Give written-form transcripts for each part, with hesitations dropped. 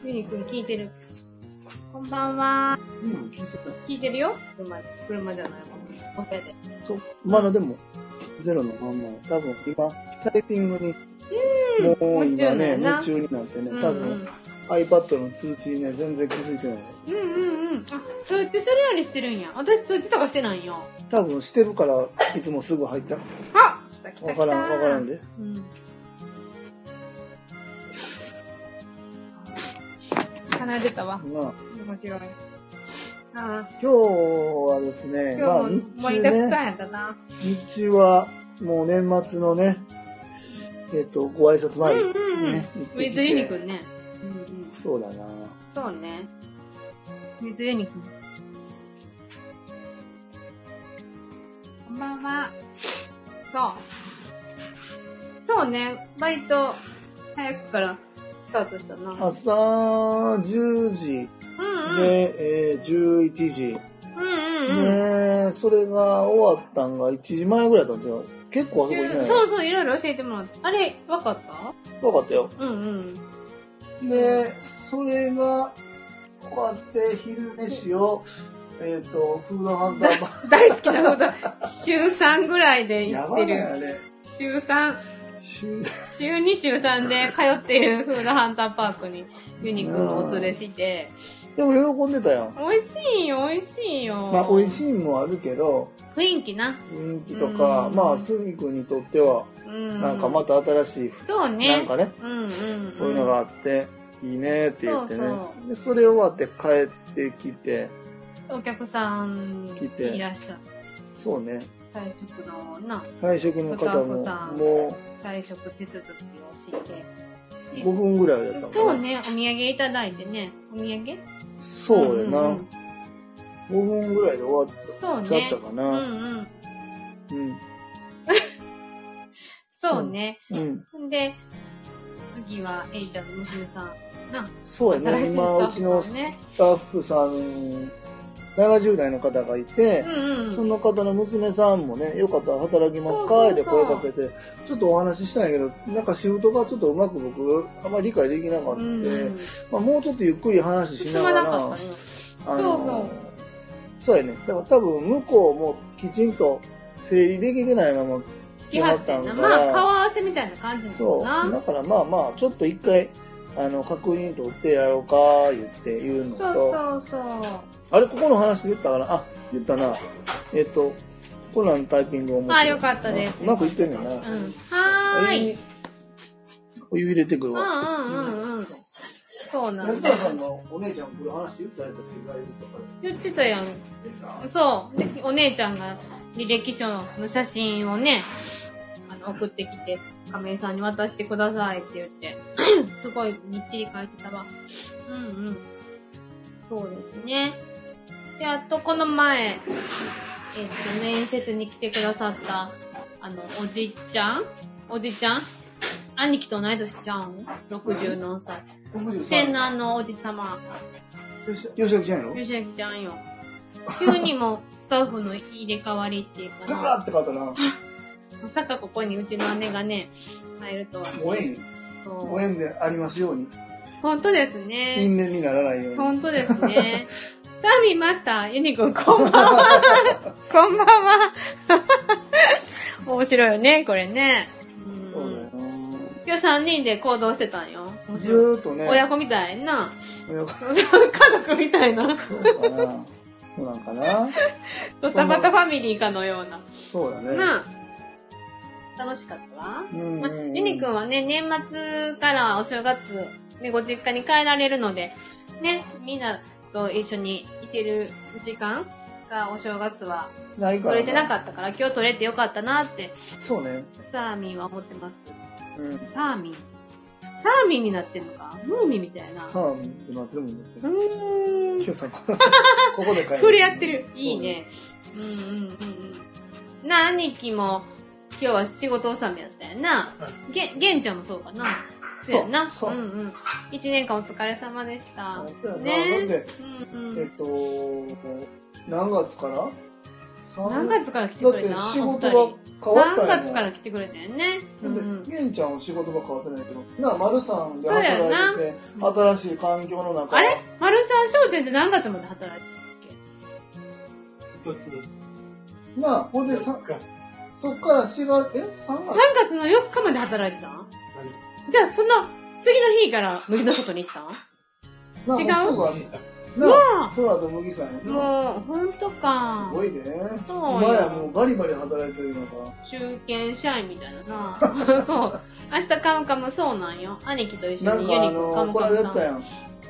ユニくん聞いてる。こんばんは。 うん、聞いてた。 聞いてるよ。車じゃないもん。お部屋で。 そう、まだでも、ゼロのまんま。多分今、タイピングに、もう今ね、夢中になってね、多分、iPad の通知にね、全然気づいてない。 あ、通知するようにしてるんや。私通知とかしてないんよ。 多分してるから、いつもすぐ入った。 あ、 わからんで。 離れたわ。 今日はですね、まあ日中ね、日中はもう年末のね、ご挨拶参りね、 ウィズユニくんね。 そうだな。 そうね。ウィズユニくん。こんばんは。そうね、割と早くからスタートしたな。 朝10時で、11時。で、それが終わったんが1時前ぐらいだったんですよ。結構あそこいない。 そう、いろいろ教えてもらった。あれ、わかった？ わかったよ。で、それが終わって昼飯を、フードハンターバー。 大好きなフード。週3ぐらいで行ってる。 やばいあれ。 週2、週3で通っているフードハンターパークにユニくんをお連れして。 でも喜んでたよ。 美味しいよ。 まあ美味しいもあるけど。 雰囲気とか、まあスギくんにとっては、なんかまた新しい。 そうね。 なんかね。そういうのがあって、いいねって言ってね。で、それ終わって帰ってきて。 お客さんいらっしゃる。 そうね。 退職の方も、もう、退職手続きをして。 5分ぐらいやったかな。 そうね、お土産いただいてね。お土産？ そうやな。5分ぐらいで終わっちゃったかな。 そうね。で、次は、エイちゃんの娘さんな。 そうやね。今、うちのスタッフさん、70代の方がいて、その方の娘さんもね、よかったら働きますかって声かけて、ちょっとお話ししたんやけど、なんか仕事がちょっとうまく僕、あんまり理解できなかったんで、まあもうちょっとゆっくり話しながら、そうやね。だから多分向こうもきちんと整理できてないまま来はったんだ。まあ顔合わせみたいな感じなのかな。 そう。だからまあまあ、ちょっと一回、確認取ってやろうか、言うのと。 そう。 あれ、ここの話で言ったかなあ、言ったな。コナンタイピングをあ、よかったです。 うまくいってんねんな。はーい。お湯入れてくるわ。そうなんです。安田さんのお姉ちゃん来る話言ったやつ言ってたやん。そう。お姉ちゃんが履歴書の写真をね、送ってきて、亀井さんに渡してくださいって言って、すごいみっちり書いてたわ。そうですね。で、あと、この前、面接に来てくださった、おじちゃん兄貴と同い年ちゃうん？60何歳。西南のおじさま。 吉明ちゃんやろ？ 吉明ちゃんよ。急にもスタッフの入れ替わりっていうかな。 ガラって変わったな。 まさかここにうちの姉がね、入るとは、ね。 ご縁でありますように。 本当ですね。 因縁にならないように。 本当ですね。さあ見ました。ユニくん、こんばんは。こんばんは。面白いよね、これね。 そうだよ。 今日3人で行動してたんよ。 ずーっとね。 親子みたいな。家族みたいな。 そうかな。そうなんかな。 ドタバタファミリーかのような。 そうだね。 楽しかったわ。ユニくんはね、年末からお正月、ね、ご実家に帰られるので、ね、みんなと一緒にいてる時間がお正月は取れてなかったから、今日取れてよかったなって。 そうね。 サーミンは思ってます。サーミンになってんのか。ムーミンみたいな。 サーミンってなってるもんですよ。今日さ、ここで帰る。 触れ合ってる。いいね。兄貴も今日は仕事納めやったよな。ゲンちゃんもそうかな。そうやな。1年間お疲れ様でした。 ね。何月から何月から来てくれた？ だって仕事が 3月から来てくれたよね。 ゲンちゃんは仕事が変わってないけど、丸さんで働いてて、新しい環境の中。 あれ丸さん商店って何月まで働いてそうそうです。 ほんでそっから4月、3 月の4日まで働いてたん？じゃあその次の日から麦の外に行ったん？違う？ その後麦さんやな。 もう、ほんとか。 すごいね。 そう前はもうバリバリ働いてるのか。 中堅社員みたいなさ。そう。明日カムカムそうなんよ。兄貴と一緒にユニコカムカムさん。 これやったやん。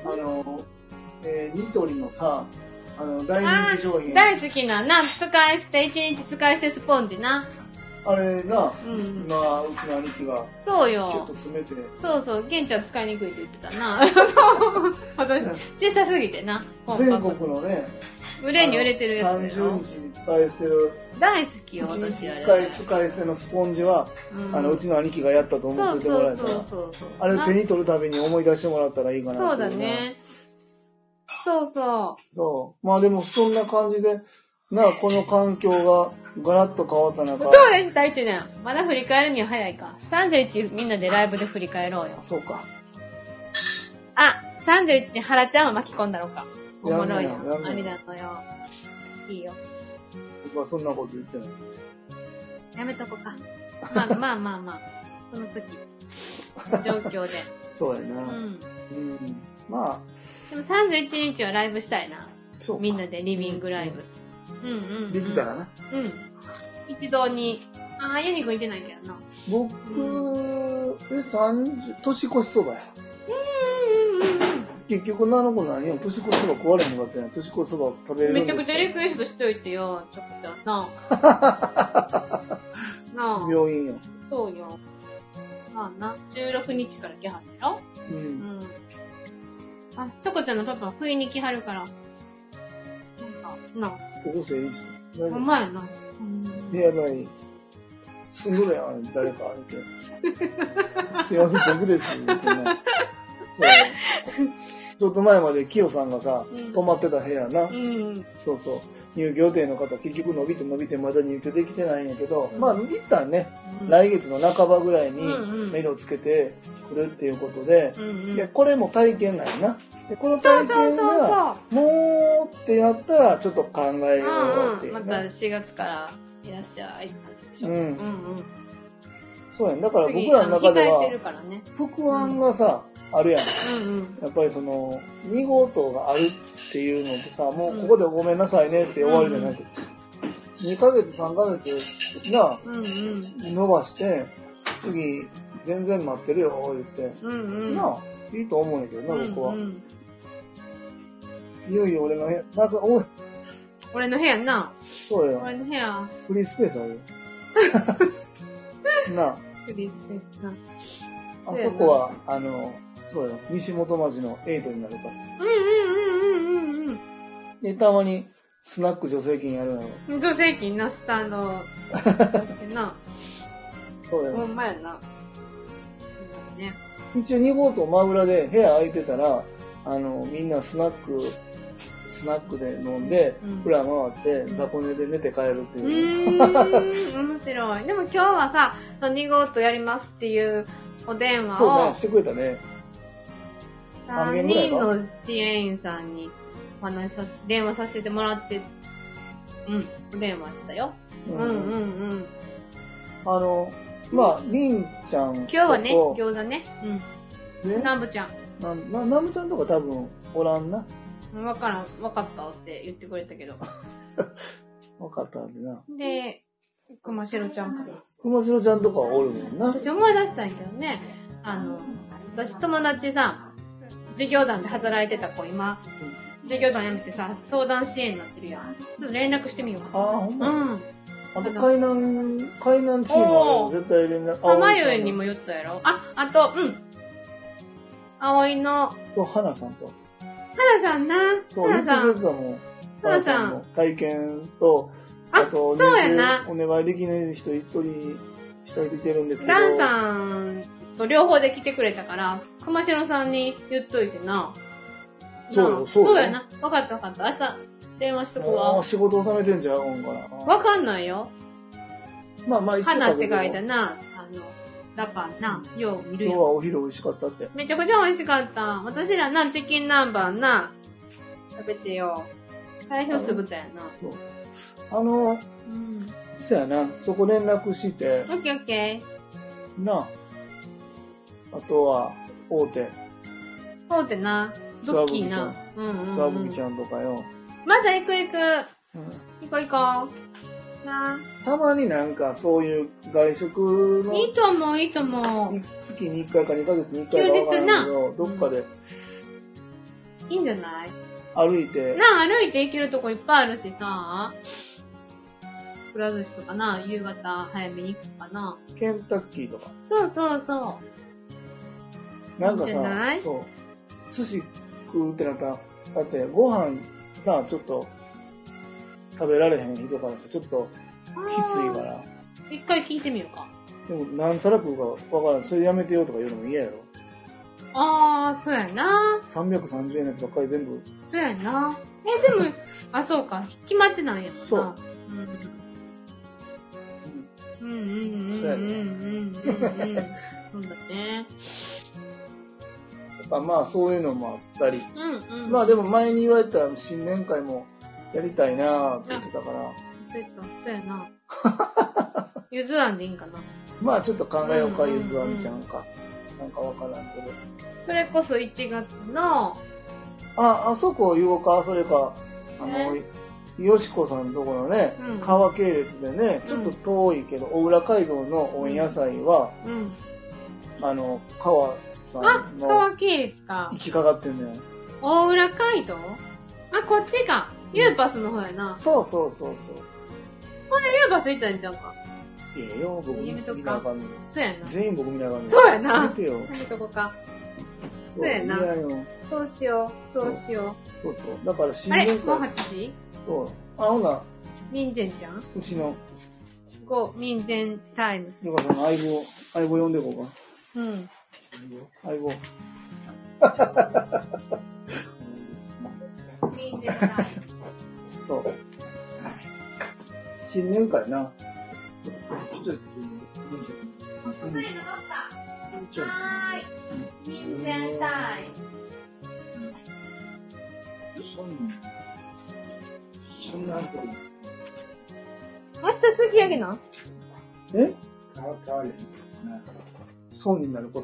ニトリのさ、大人気商品。 大好きな、使い捨て、1日使い捨てスポンジな。 あれな、今、うちの兄貴が、 そうよ。 ちょっと詰めて。 そうそう、玄ちゃん使いにくいって言ってたな。そう。私、小さすぎてな。 全国のね、 売れに売れてるやつ。 30日に使い捨てる。 大好きよ、 私。1日1回使い捨てのスポンジは、うちの兄貴がやったと思っててもらえたら。そう。あれ手に取るたびに思い出してもらったらいいかな。 そうだね。そう。 そう。まあでもそんな感じで、この環境がガラッと変わった中。 そうでした、1年。まだ振り返るには早いか。31みんなでライブで振り返ろうよ。 そうか。 あ、31に原ちゃんは巻き込んだろうか。おもろいよ。ありがとうよ。いいよ。 僕はそんなこと言ってない。 やめとこか。まあ。その時、状況で。 そうやな。まあ。 でも31日はライブしたいな。 そう。 みんなでリビングライブ。 できたらな。 一堂に。ユニコいてないけどな。 僕、年越しそばや。結局女の子何よ、年越しそば壊れへんかったやん。年越しそば食べれるんですか？ めちゃくちゃリクエストしといてよ、ちょっとな。 病院よ。 そうよ。まあな、16日から来はったよ。あ、チョコちゃんのパパは不意に来はるから。 ここ整理して。 ほんまやな。 部屋代、住んどるやん、誰かって。すいません、僕です。ちょっと前までキヨさんがさ、泊まってた部屋な。そうそう。入居予定の方、結局伸びてまだ入居できてないんやけど、まあ一旦ね、来月の半ばぐらいに目処つけてくるっていうことで、これも体験なんやな。でこの体験が、もうってなったらちょっと考えようっていう、ね。 また4月からいらっしゃいって感じでしょ。 そうやん。だから僕らの中では、副案がさ、あるやん。やっぱりその、2号棟があるっていうのってさ、もうここでごめんなさいねって終わりじゃなくて、2ヶ月3ヶ月が、伸ばして、次、全然待ってるよ、言って。なあ、いいと思うんやけどな、僕は。いよいよ俺の部屋、 俺の部屋な。 そうよ。 俺の部屋。 フリースペースあるよ。なあ。 フリースペースな。 あそこは、そうよ。西本町の8になるから。で、たまに、スナック助成金やるのよ。 助成金な、スタンド。な。 そうよ。 ほんまやな。 ね、一応2号棟真裏で部屋空いてたら、みんなスナックで飲んで、裏回って雑魚寝で寝て帰るっていう。 面白い。でも今日はさ、2号棟やりますっていうお電話を。 そうね、してくれたね。 3人の支援員さんに電話させてもらって、お電話したよ。 まあ、りんちゃんと。今日はね、餃子ね。南部ちゃん。 南部ちゃんとか多分おらんな。 わかったって言ってくれたけど。 わかったんでな。 で、熊代ちゃんかな。 熊代ちゃんとかおるもんな。 私思い出したんやけどね。私友達さ、授業団で働いてた子今、授業団辞めてさ、相談支援になってるやん。ちょっと連絡してみようか。 ほんま。あと、海南チームは絶対連絡。 浜湯にも言ったやろ。あと、葵の。 と、花さんと。 花さんな。 そう、言ってくれてたもん。花さんの体験と、あと、 そうやな。 お願いできない人一人、したい人いてるんですけど。 ランさんと両方で来てくれたから、熊代さんに言っといてな。そうやな。わかった。明日電話しとくわ。 仕事収めてんじゃうんかな。 わかんないよ。 まあまあ一応。 花って書いたな、ラパンな、よう見るよ。 今日はお昼美味しかったって。 めちゃくちゃ美味しかった。私らな、チキン南蛮な、食べてよ。大変酢豚やな。 そう。そやな、そこ連絡して、 オッケーオッケー。なあとは、大手。 大手な。ドッキーな。 サーブキちゃんとかよ。 まだ行く。行こう。なたまになんかそういう外食の。 いいと思う。 月に1回か2ヶ月に1回か分からんけど、どっかで。 いいんじゃない？ 歩いて行けるとこいっぱいあるしさ。くら寿司とかな、夕方早めに行くかな。 ケンタッキーとか。 そう。 なんかさ、そう。寿司食うってなったら、だってご飯な、ちょっと食べられへん人からさ、ちょっときついから。 一回聞いてみようか。 でも何皿食うかわからん。それやめてよとか言うのも嫌やろ。 そうやな。 330円のやつばっかり全部。 そうやな。でも、そうか。決まってないやんな。 そう。 そうやね。そうだね。 まあそういうのもあったり。まあでも前に言われたら新年会もやりたいなーって言ってたから。 そうやな。ゆずあんでいいんかな。 まあちょっと考えようか、ゆずあんちゃんか。なんかわからんけど。 それこそ1月の。 あそこ言おうか、それか。よしこさんのところのね、川系列でね、ちょっと遠いけど、小浦街道の温野菜は、川さんの。 川系列か。 行きかかってんねん。 大浦街道？こっちか。ユーパスの方やな。 そう。ほんでユーパス行ったんちゃうか。 僕見なあかんねん。 そうやな。 全員僕見なあかんねん。 そうやな。 見てよ。 見とこか。そうやな。そうしよう。そう。 だから新年会。 もう8時？ そう。ほな。 民前ちゃん？ うちの。 民前タイムズ。 だからその相棒呼んでいこうか。相棒。 民前タイムズ。そう。新年会な。 民前タイムズ。 そんなある明日すき焼きな？ 変わる。損になること？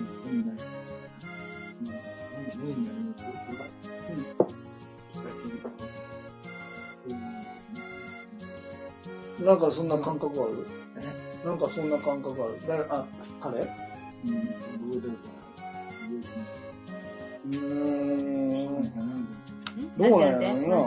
なんかそんな感覚ある？なんかそんな感覚ある？彼？どうなんやろな。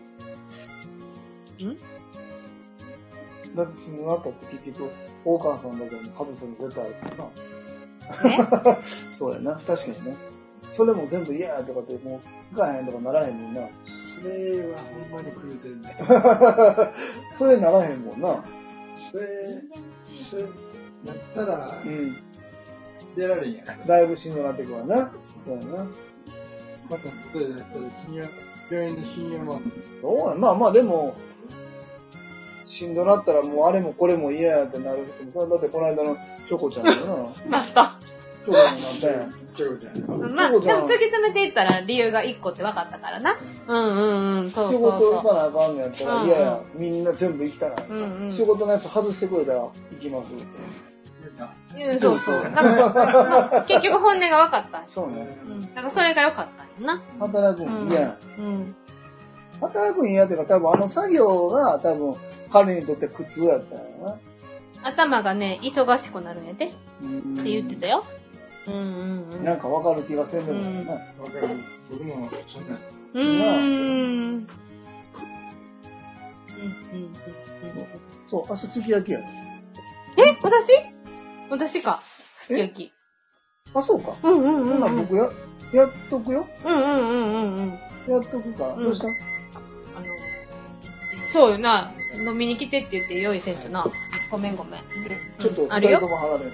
だってその後って結局、大川さんだけど外すの絶対あるな。そうやな。確かにね。それも全部嫌やとかってもう、いかへんとかならへんもんな。 それはほんまに狂ってるね。 それならへんもんな。 それなったら、出られんやん。 だいぶしんどなってくるわな。そうやな。 また、それだったら病院の深夜も。 そうやまあまあでも、しんどなったらもうあれもこれも嫌やってなる人も、だってこの間のチョコちゃんだよな。なった。 チョコちゃんなったやん。 チョコちゃん。 まあ、でも突き詰めていったら理由が1個って分かったからな。そう。 仕事行かなあかんのやったら、いやいや、みんな全部行きたない。仕事のやつ外してくれたら行きます。 そう。だから結局本音が分かった。 そうね。 だからそれが良かったよな。 働くん嫌や。働くん嫌っていうか、多分作業が多分彼にとって苦痛やったんやな。 頭がね、忙しくなるんやで。って言ってたよ。 なんか分かる気がせんでもないな。 分かる。僕もそんな。 そう、明日すき焼きや。 私か。すき焼き。 そうか。ほな僕やっとくよ。やっとくから。どうした？ そうよな。飲みに来てって言って用意せんとな。ごめん。 ちょっと二人とも離れる。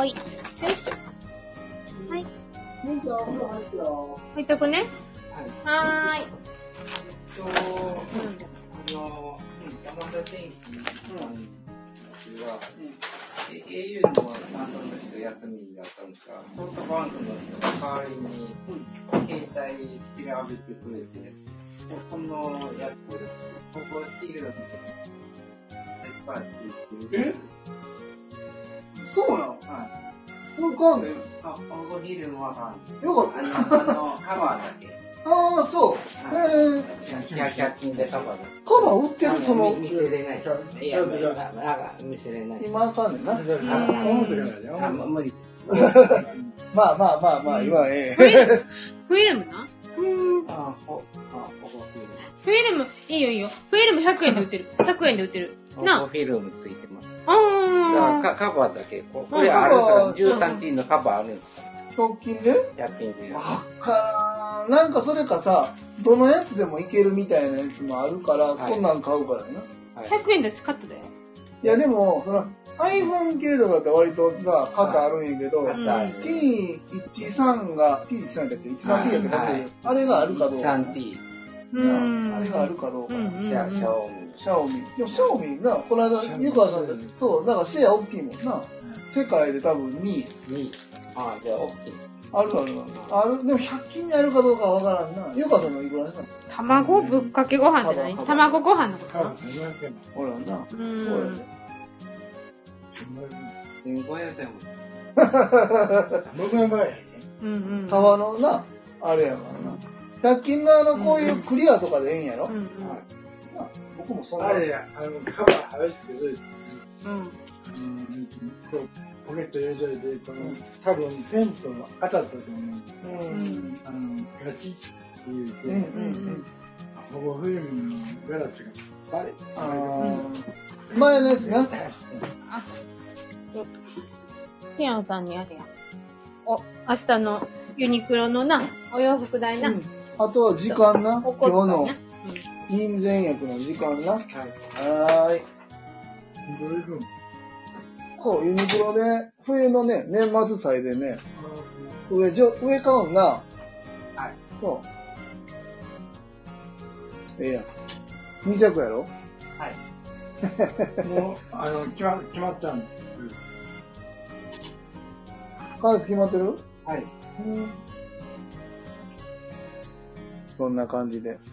ーい。よいしょ。はい。入っとくね。はーい。 山田電機さんは、au の担当の人休みだったんですが、ソフトバンクの人が代わりに携帯調べてくれて、このやつ、ここフィールドの時え？そうなの？はい。これ買うねん。 あ、このフィルムは買う。 よかった。 カバーだけ。 ああ、そう。 100均でカバーだけ。 カバー売ってるその。 見せれない。いや、見せれない。 今あかんねんな。 無理。 まあ、今フィルムな。フィルム、いいよ。フィルム100円で売ってる。100円で売ってる。なフィルムついてます。 ああ。 カバーだけ。これあるんですか ?13T のカバーあるんですか ?100 均で ?100 均で。 わからん。なんかそれかさ、どのやつでもいけるみたいなやつもあるから、そんなん買うからやな。100円でスカットだよ。 いやでも、その、iPhone 系とかって割とさ、型あるんやけど、T13 が、T13 だっけ ?13T やけど、あれがあるかどうか。 13T。 あれがあるかどうか。シャオミ。でもシャオミな、この間、湯川さんで、そう、なんかシェア大きいもんな。世界で多分2位。 ああ、じゃあ大きい。 ある。でも100均にあるかどうかはわからんな。湯川さんのいくらですか？ 卵ぶっかけご飯って何？卵ご飯のこと？ ほらな。そうやね。 1500円も。 革のな、あれやからな。100均のこういうクリアとかでええんやろ？僕もそんな。 あれや、カバー剥がしてくれる。ポケット入れといて、多分ペンと当たったと思うんガチって言うて、ここフィルムのガラスがバレ前のやつな。 ティアンさんにあれや。明日のユニクロのな、お洋服代な。 あとは時間な。今日の印前薬の時間な。はい。 どういうふうにそう、ユニクロで、冬のね、年末祭でね、上買うんな。はい。そう。ええやん。2着やろ？ はい。もう、決まったんです。 カード決まってる？ はい。 そんな感じで。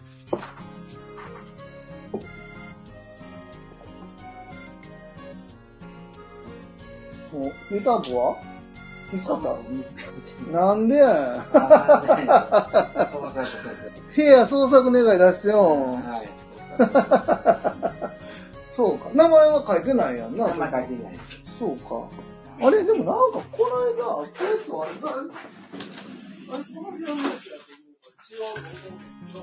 湯たんぽは見つかった？なんでやん。部屋捜索願い出してよ。はい。そうか。名前は書いてないやんな。 名前書いてない。 そうか。あれでもなんかこの間、あったやつはあれだ。あれこの辺のやつやと違うと思うけど。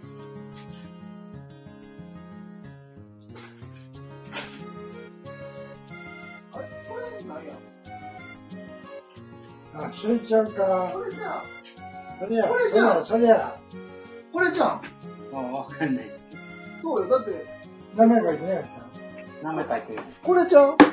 あれこれ何や？ あ、それちゃうか。 これじゃん。これじゃん。 わかんないです。 そうよ。だって。 名前書いてないやつ。名前書いてない。 これじゃん。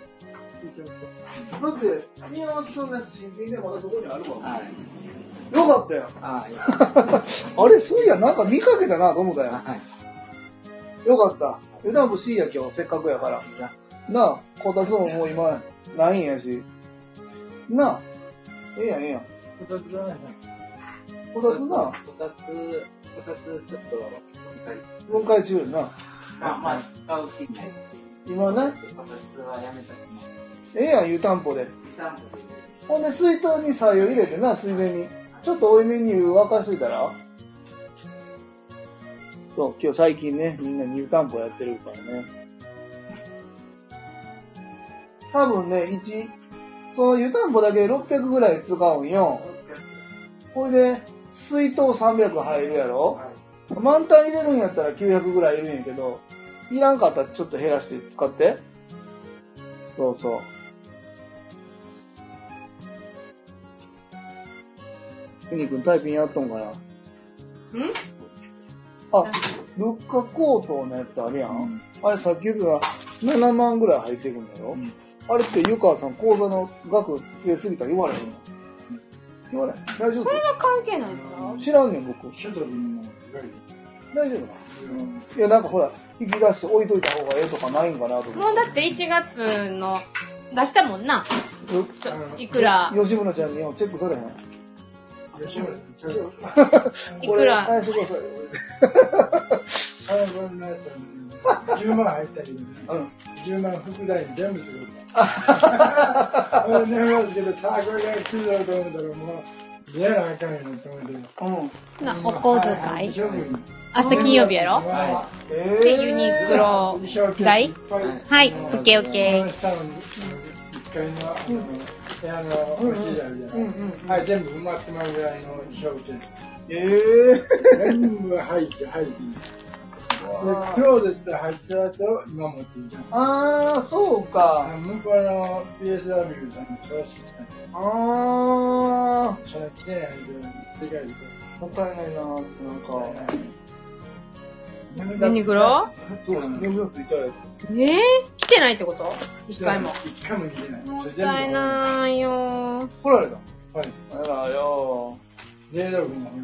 だって、宮脇さんのやつ新品でまだそこにあるわ。はい。よかったよ。あれ、そういや、なんか見かけたなと思ったよ。はい。よかった。湯たんぽ C や今日、せっかくやから。なあ、こたつももう今、ないんやし。なあ、ええやん。 こたつじゃないな。 こたつな。 こたつちょっと、 分解中やな。 まあ、使う気ないです。 今ね。 こたつはやめたくない。 ええやん、湯たんぽで。ほんで、水筒に白湯入れてな、ついでに。ちょっと多いめに湯沸かしといたら。そう、今日最近ね、みんな湯たんぽやってるからね。多分ね、その湯たんぽだけで600ぐらい使うんよ。これで、水筒300入るやろ、満タン入れるんやったら900ぐらいいるんやけど、いらんかったらちょっと減らして使って。そうそう。ユニ君タイピンやっとんかな？あ、物価高騰のやつあるやん。あれさっき言ってた7万ぐらい入ってくんだよ。 あれって湯川さん口座の額増えすぎたら言われへんの？言わない？大丈夫？ それは関係ないんちゃう？ 知らんねん、僕。 所得も大丈夫か？いや、なんかほら、引き出して置いといた方がええとかないんかなと思って。 もうだって1月の出したもんな。いくら。 吉村ちゃんにチェックされへん。 吉村ちゃん。 いくら。 返してくださいよ。 10万入ったけどね。10万副題に全部する。俺ね、ますけど、さあ、これが来るだろうと思ったら、もう、嫌なあかんよと思って。 な、お小遣い明日金曜日やろで、ユニクロ代はい、オッケーオッケー。 1階の部屋のお尻あるじゃない。はい、全部埋まってまうぐらいの衣装券。全部入って。クローゼット入ってたやつを今持っていいじゃん。 あー、そうか。 向こうの PSW さんにそうしてきた。 あそれ来てないけど、でかいで。 もったいないなーってなんか。 ユニクロそうだね。眠りついちゃうやつ。 来てないってこと一回も。 一回も来てない。 もったいないよー。 来られた？ はい。 あらよー。冷蔵庫も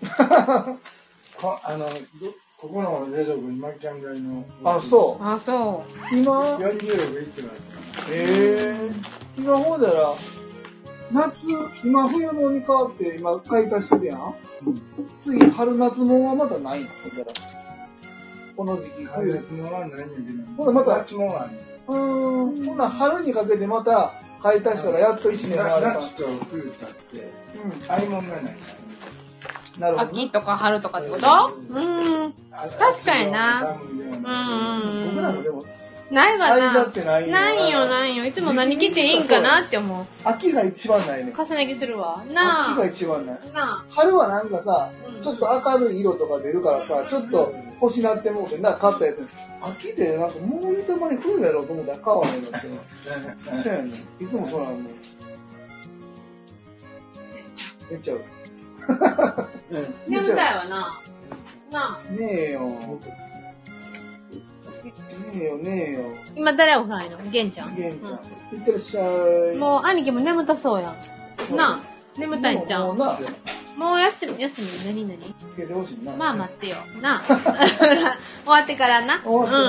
ここの冷蔵庫にマッキャンぐらいの。 あ、そう。 あ、そう。 今。46いってます。 今ほうだら、今冬物に変わって今買い足してるやん。次、春夏物はまだないの？この時期。 春夏物はないんだけど。 ほなまた。 夏物はある。 ほな春にかけてまた買い足したらやっと1年回るから。 夏と冬だって、合い物がない。 なるほど。 秋とか春とかってこと？確かにな。 僕らもでも。 ないわな。 間ってないよ。 ないよ。いつも何着ていいんかなって思う。 秋が一番ないね。 重ね着するわ。なあ。 秋が一番ない。 なあ。 春はなんかさ、ちょっと明るい色とか出るからさ、ちょっと欲しなってもうて、買ったやつ。秋でなんかもう言うたまに冬やろうと思ったら買わへんのって。そうやねん。いつもそうなんだよ。寝ちゃう。 眠たいわな。なあ。 ねえよ。ねえよ。 今誰おらんの？玄ちゃん。 玄ちゃん。いってらっしゃい。 もう兄貴も眠たそうやん。なあ。眠たいんちゃう？もう休み、何つけてほしいな。 まあ待ってよ。なあ。終わってからな。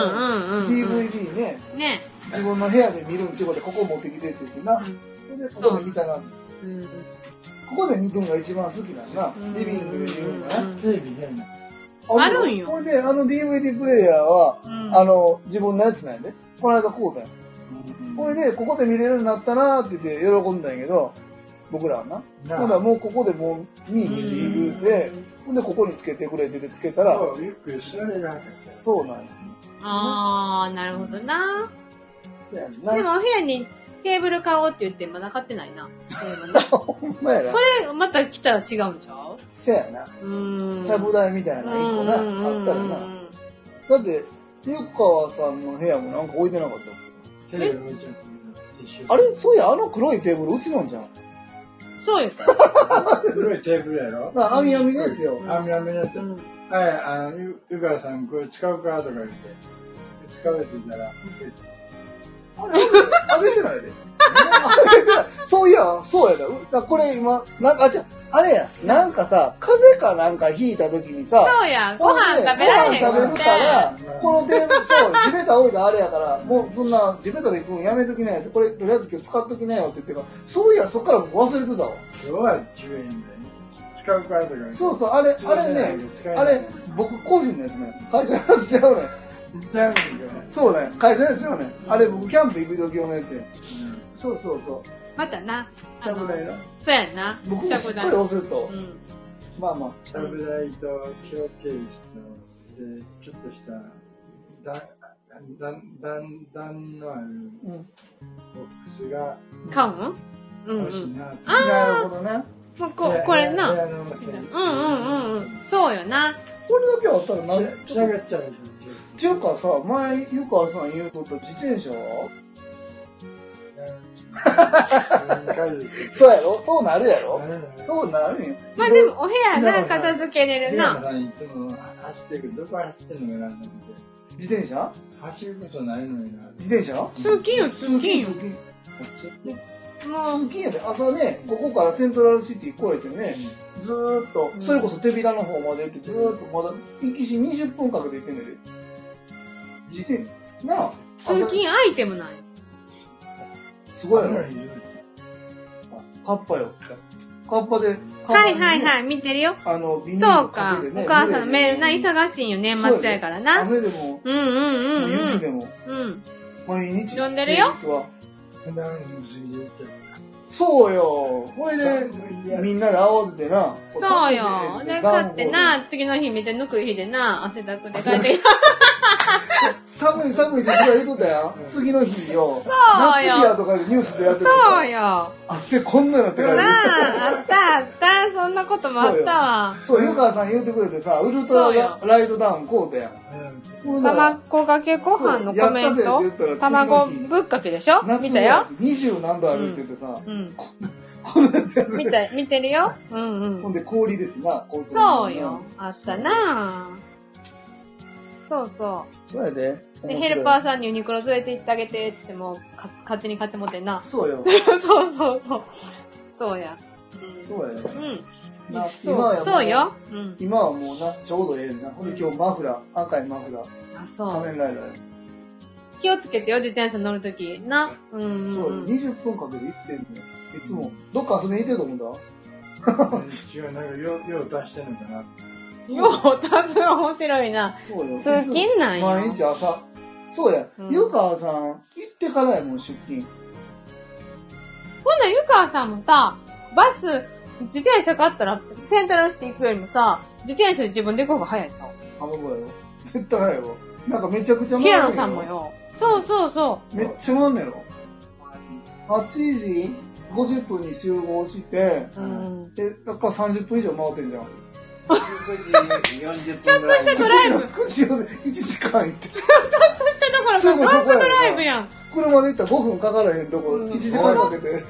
DVD ね。 ね。 自分の部屋で見るんちゅうことでここ持ってきてって言ってな。それでここで見たな。ここで見るのが一番好きなんだな。リビングで見るんだな。 テレビ変な。 あるんよ。 ほいで、DVD プレイヤーは、自分のやつなんやで。この間こうだよ。ほいで、ここで見れるようになったなーって言って喜んだんやけど、僕らはな。ほんならもうここでもう見えへんでいるで、ほんでここにつけてくれって言ってつけたら、 そう、ゆっくり座れるわけ。 そうなんや。 あー、なるほどな。 そうやんな。 でもお部屋にテーブル買おうって言ってまだ買ってないな。 ほんまやな。 それまた来たら違うんちゃう？ そうやな。ちゃぶ台みたいな一個な、あったらな。だって、湯川さんの部屋もなんか置いてなかったっけ？テレビ置いちゃって。 あれそういや、黒いテーブルうちのんじゃん。 そうよ。 黒いテーブルやろ？ 網のやつよ。 網のやつ。はい、湯川さんこれ使うかとか言って。使うって言ったら、 あげてないで。そういや、そうやだ。これ今、あれや、なんかさ、風邪かなんかひいた時にさ、 そうや、ご飯食べられへんご飯食べるから、このテーブル、そう、地べた置いたあれやから、もうそんな地べたで行くんやめときなよって、これとりあえず今日使っときなよって言ってから、そういや、そっから忘れてたわ。 今日は10円で使うかとか。 そうそう、あれね、僕個人ですね。会社のやつちゃうね。そうね、会社のやつちゃうね。あれ僕キャンプ行く時用のやつや。そう。 またな。 ちゃぶ台な。 そうやな。 僕もすっかり忘れた。まあ。 ちゃぶ台とショーケースと、で、ちょっとした、段のあるボックスが、 買うの？ 欲しいな。 なるほどね。 これな。そうよな。 これだけあったらなん仕上がっちゃう。 っていうかさ、前、湯川さん言うとった自転車はそうやろ？そうなるやろ？そうなるよ。 まあでもお部屋な片付けれるな。 いつも走ってるけど、どこ走ってんのかなと思って。 自転車走ることないのにな。 自転車通勤よ、通勤よ。 もう通勤やで。朝ね、ここからセントラルシティ越えてね、ずーっと、それこそ手びらの方まで行って、ずーっとまだ、行きし20分かけて行ってんねんで。自転車、なあ。 通勤アイテムない。 すごいやろ。カッパよ。カッパで、 はいはいはい、見てるよ。 ビニールそうか。 かけてね。 お母さんのメールな、忙しいんよ、年末やからな。 雨でも、 うんうんうんうん。 雪でも、毎日。 読んでるよ。 そうよ。これで、みんなで慌ててな。 そうよ。で、買ってな、次の日めっちゃぬくい日でな、汗だくで帰ってきた。 寒い寒いって言うとったやん。次の日よ。 そうよ。 夏日やとかでニュースでやってた。 そうよ。 汗こんなのってから。 なあ、あったあった、そんなこともあったわ。 そう、湯川さん言うてくれてさ、ウルトラライトダウン買うたやん。 卵かけご飯のコメント、卵ぶっかけでしょ見たよ。 20何度あるって言ってさ、 こんなやつ。見てるよ。うんうん。 ほんで氷入れてな、 そうよ。あったなそうそう。 そうやで。 で、ヘルパーさんにユニクロ連れて行ってあげて、つっても、勝手に買ってもってんな。 そうよ。 そうそうそう。そうや。 そうやよ。 そうよ。 今はもうな、ちょうどええな。ほんで今日マフラー、赤いマフラー。 あ、そう。 仮面ライダーや。 気をつけてよ、自転車乗るとき。な。 そう、20分かけて行ってんのよ。いつも。どっか遊びに行ってると思うんだ。 違う、なんか、用を足してんのかな。 よう、たぶん面白いな。 そうよ。 通勤なんや。 毎日朝。そうや。湯川さん、行ってからやもん、出勤。 ほんなら湯川さんもさ、バス、自転車買ったら、セントラルシティ行くよりもさ、自転車で自分で行く方が早いじゃん。 あ、僕やよ。絶対早いわ。なんかめちゃくちゃ回る平野さんもよ。そうそうそう。めっちゃ回んねやろ。8時50分に集合して、だから30分以上回ってんじゃん。 9時40分ちょっとしたドライブ。 9時1時間行って。 ちょっとしたところからロングドライブやん。 車で行ったら5分かからへんとこ、1時間かけて。 ドライ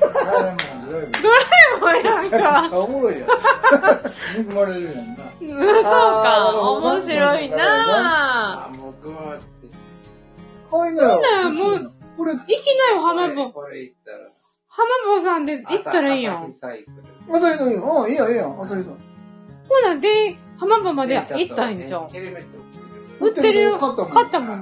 ブやんか。 めちゃくちゃおもろいやん。 憎まれるやんな。 そうか。面白いなぁ。 もうグーって。 はいなよ。 なんだよ、もう、 これ、 行きなよ、浜坊。 これ行ったら。 浜坊さんで行ったらいいやん。 朝日さんいいよ。いいやん、いいやん、朝日さん。 ほな、で、浜坊まで行ったらいいんじゃん。売ってるよ。買ったもん。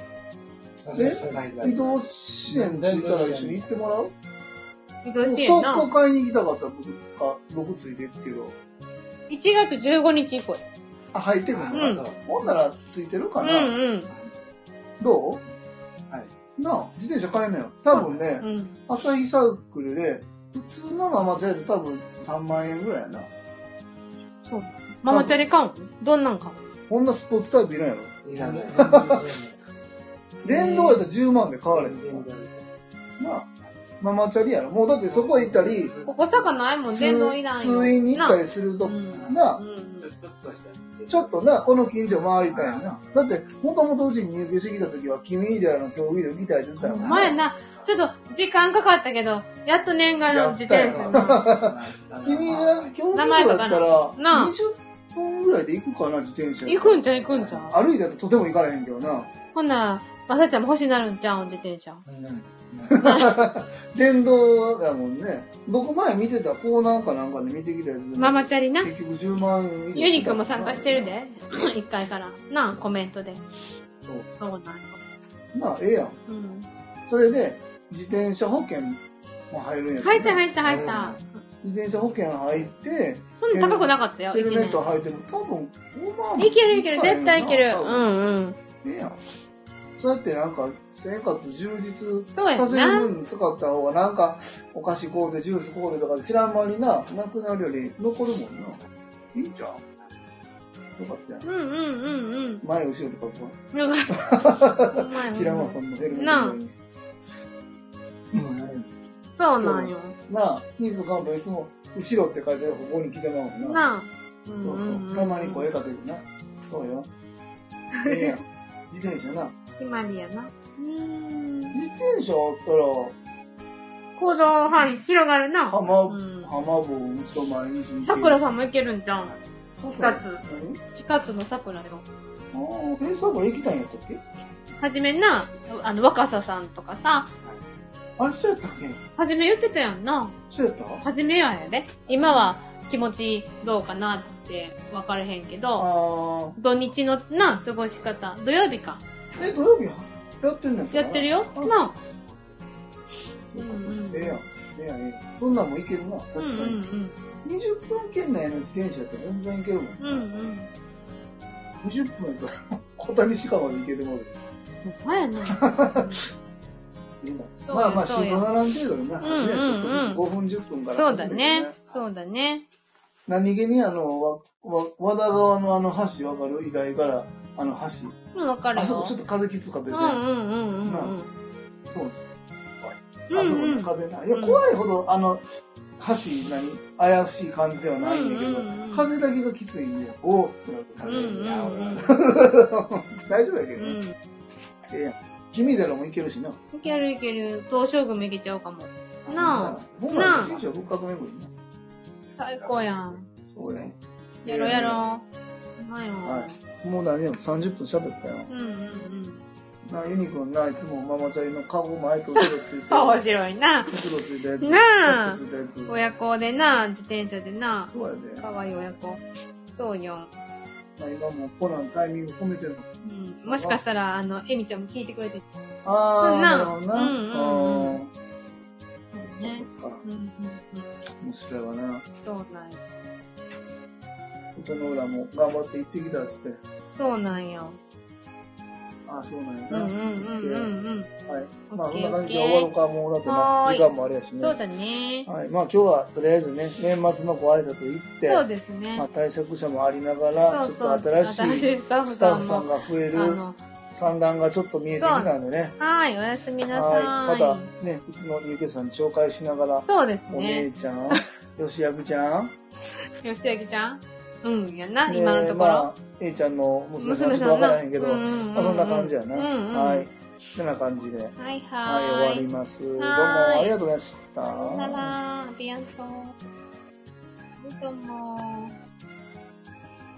移動支援ついたら一緒に行ってもらう？ 移動支援な。 そこ買いに行きたかったら僕ついていくけど。 1月15日以降。 あ、入ってくるの？ほんならついてるかな？どう？はい。なあ、自転車買えんのよ。多分ね、朝日サークルで、普通のママチャリで多分3万円ぐらいやな。 そう。ママチャリ買うん？どんなん買う？ こんなスポーツタイプいらんやろ。 いらない。 電動やったら10万で買われへんの。なあ、ママチャリやろ。もうだってそこ行ったり、 ここ坂ないもん、電動いらんよ。 通院に行ったりすると、なあ、ちょっとな、この近所回りたいな。だって、もともとうちに入居してきた時は、君イデアの競技で行きたいって言ってたよ。 前な、ちょっと時間かかったけど、やっと念願の自転車な。 君イデア競技場やったら、20分ぐらいで行くかな、自転車。 行くんちゃう行くんちゃう歩いたらとても行かれへんけどな。 ほな、まさちゃんも欲しになるんちゃう自転車。 電動だもんね。僕前見てたコーナーかなんかで見てきたやつで。 ママチャリな。 結局10万円以上。 ユニくんも参加してるで。1回から。なあ、コメントで。そうなんよ。 まあ、ええやん。それで、自転車保険も入るんやけど。 入った。 自転車保険入って、 そんな高くなかったよ。 ヘルメット入っても多分5万。 いける、絶対いける。 ええやん。そうやってなんか生活充実させる分に使った方がなんかお菓子こうでジュースこうでとか知らん間になくなるより残るもんな。いいじゃん。よかったやん。前後ろとか平間さんのヘルメットなそうなんよ。 なあ、水カントいつも後ろって書いてるここに来てまうもんな。なあ。そうそう。たまに声かけてな。そうよ。ええやん。自転車な。 決まりやな。 自転車あったら、 行動範囲広がるな。 浜坊、うちと毎日。 桜さんも行けるんじゃん。地下津の桜よ。 さくら行きたいんやったっけ？ はじめな、若狭さんとかさ。 あれ、そうやったっけ？ はじめ言ってたやんな。 そうやった？ はじめはやで。今は気持ちどうかなって分からへんけど、土日のな、過ごし方。土曜日か。 土曜日やってんねんかな？ やってるよ。な。 ええやん。そんなんもいけるな、確かに。20分圏内の自転車やったら全然いけるもん。20分やったら、小谷鹿まで行けるので。 ほんまやな。 まあまあ、シート並ん程度にな、走るやつちょっとずつ5分10分からそうだね。そうだね。 何気に和田川の橋わかる？医大から橋。 わかるよ。 あそこちょっと風きつかったですね。そう。あそこの風な。いや、怖いほど、橋、危うしい感じではないんだけど、風だけがきついんで、おーってなる。大丈夫やけどね。君寺も行けるしな。 いけるいける。東照宮も行けちゃうかも。なあ。 なあ。神社仏閣巡りな。 最高やん。 そうやん。 やろうやろう。はいよ。 もう何よ、30分喋ったよ。なあ、ユニくんな、いつもママチャリのカゴ前と袋ついて。 面白いな。 袋ついたやつ。 なあ。 ついたやつ。 親子でな、自転車でな。 そうやで。 かわいい親子。そうよ。 今もコナンタイミング込めてるの。 もしかしたら、エミちゃんも聞いてくれてる。 なるほどな。 そうね。 面白いわな。 そうなんや。 歌の裏も頑張って行ってきたっつって。 そうなんよ。 そうなんやな。はい。 まあ、そんな感じで終わろうか。もうだって時間もあれやしね。 そうだね。 はい。まあ今日はとりあえずね、年末のご挨拶行って、 そうですね。 まあ退職者もありながら、ちょっと新しいスタッフさんが増える算段がちょっと見えてきたんでね。 はい、おやすみなさい。 またね、うちのゆうけさんに紹介しながら、 そうですね。 お姉ちゃん、よしやくちゃん。 よしやくちゃんやな、今のところ。 まあ、A ちゃんの娘さんちょっとわからへんけど、まあそんな感じやな。はい。そんな感じで。はい、終わります。どうもありがとうございました。 さよなら、ありがとう。どうも。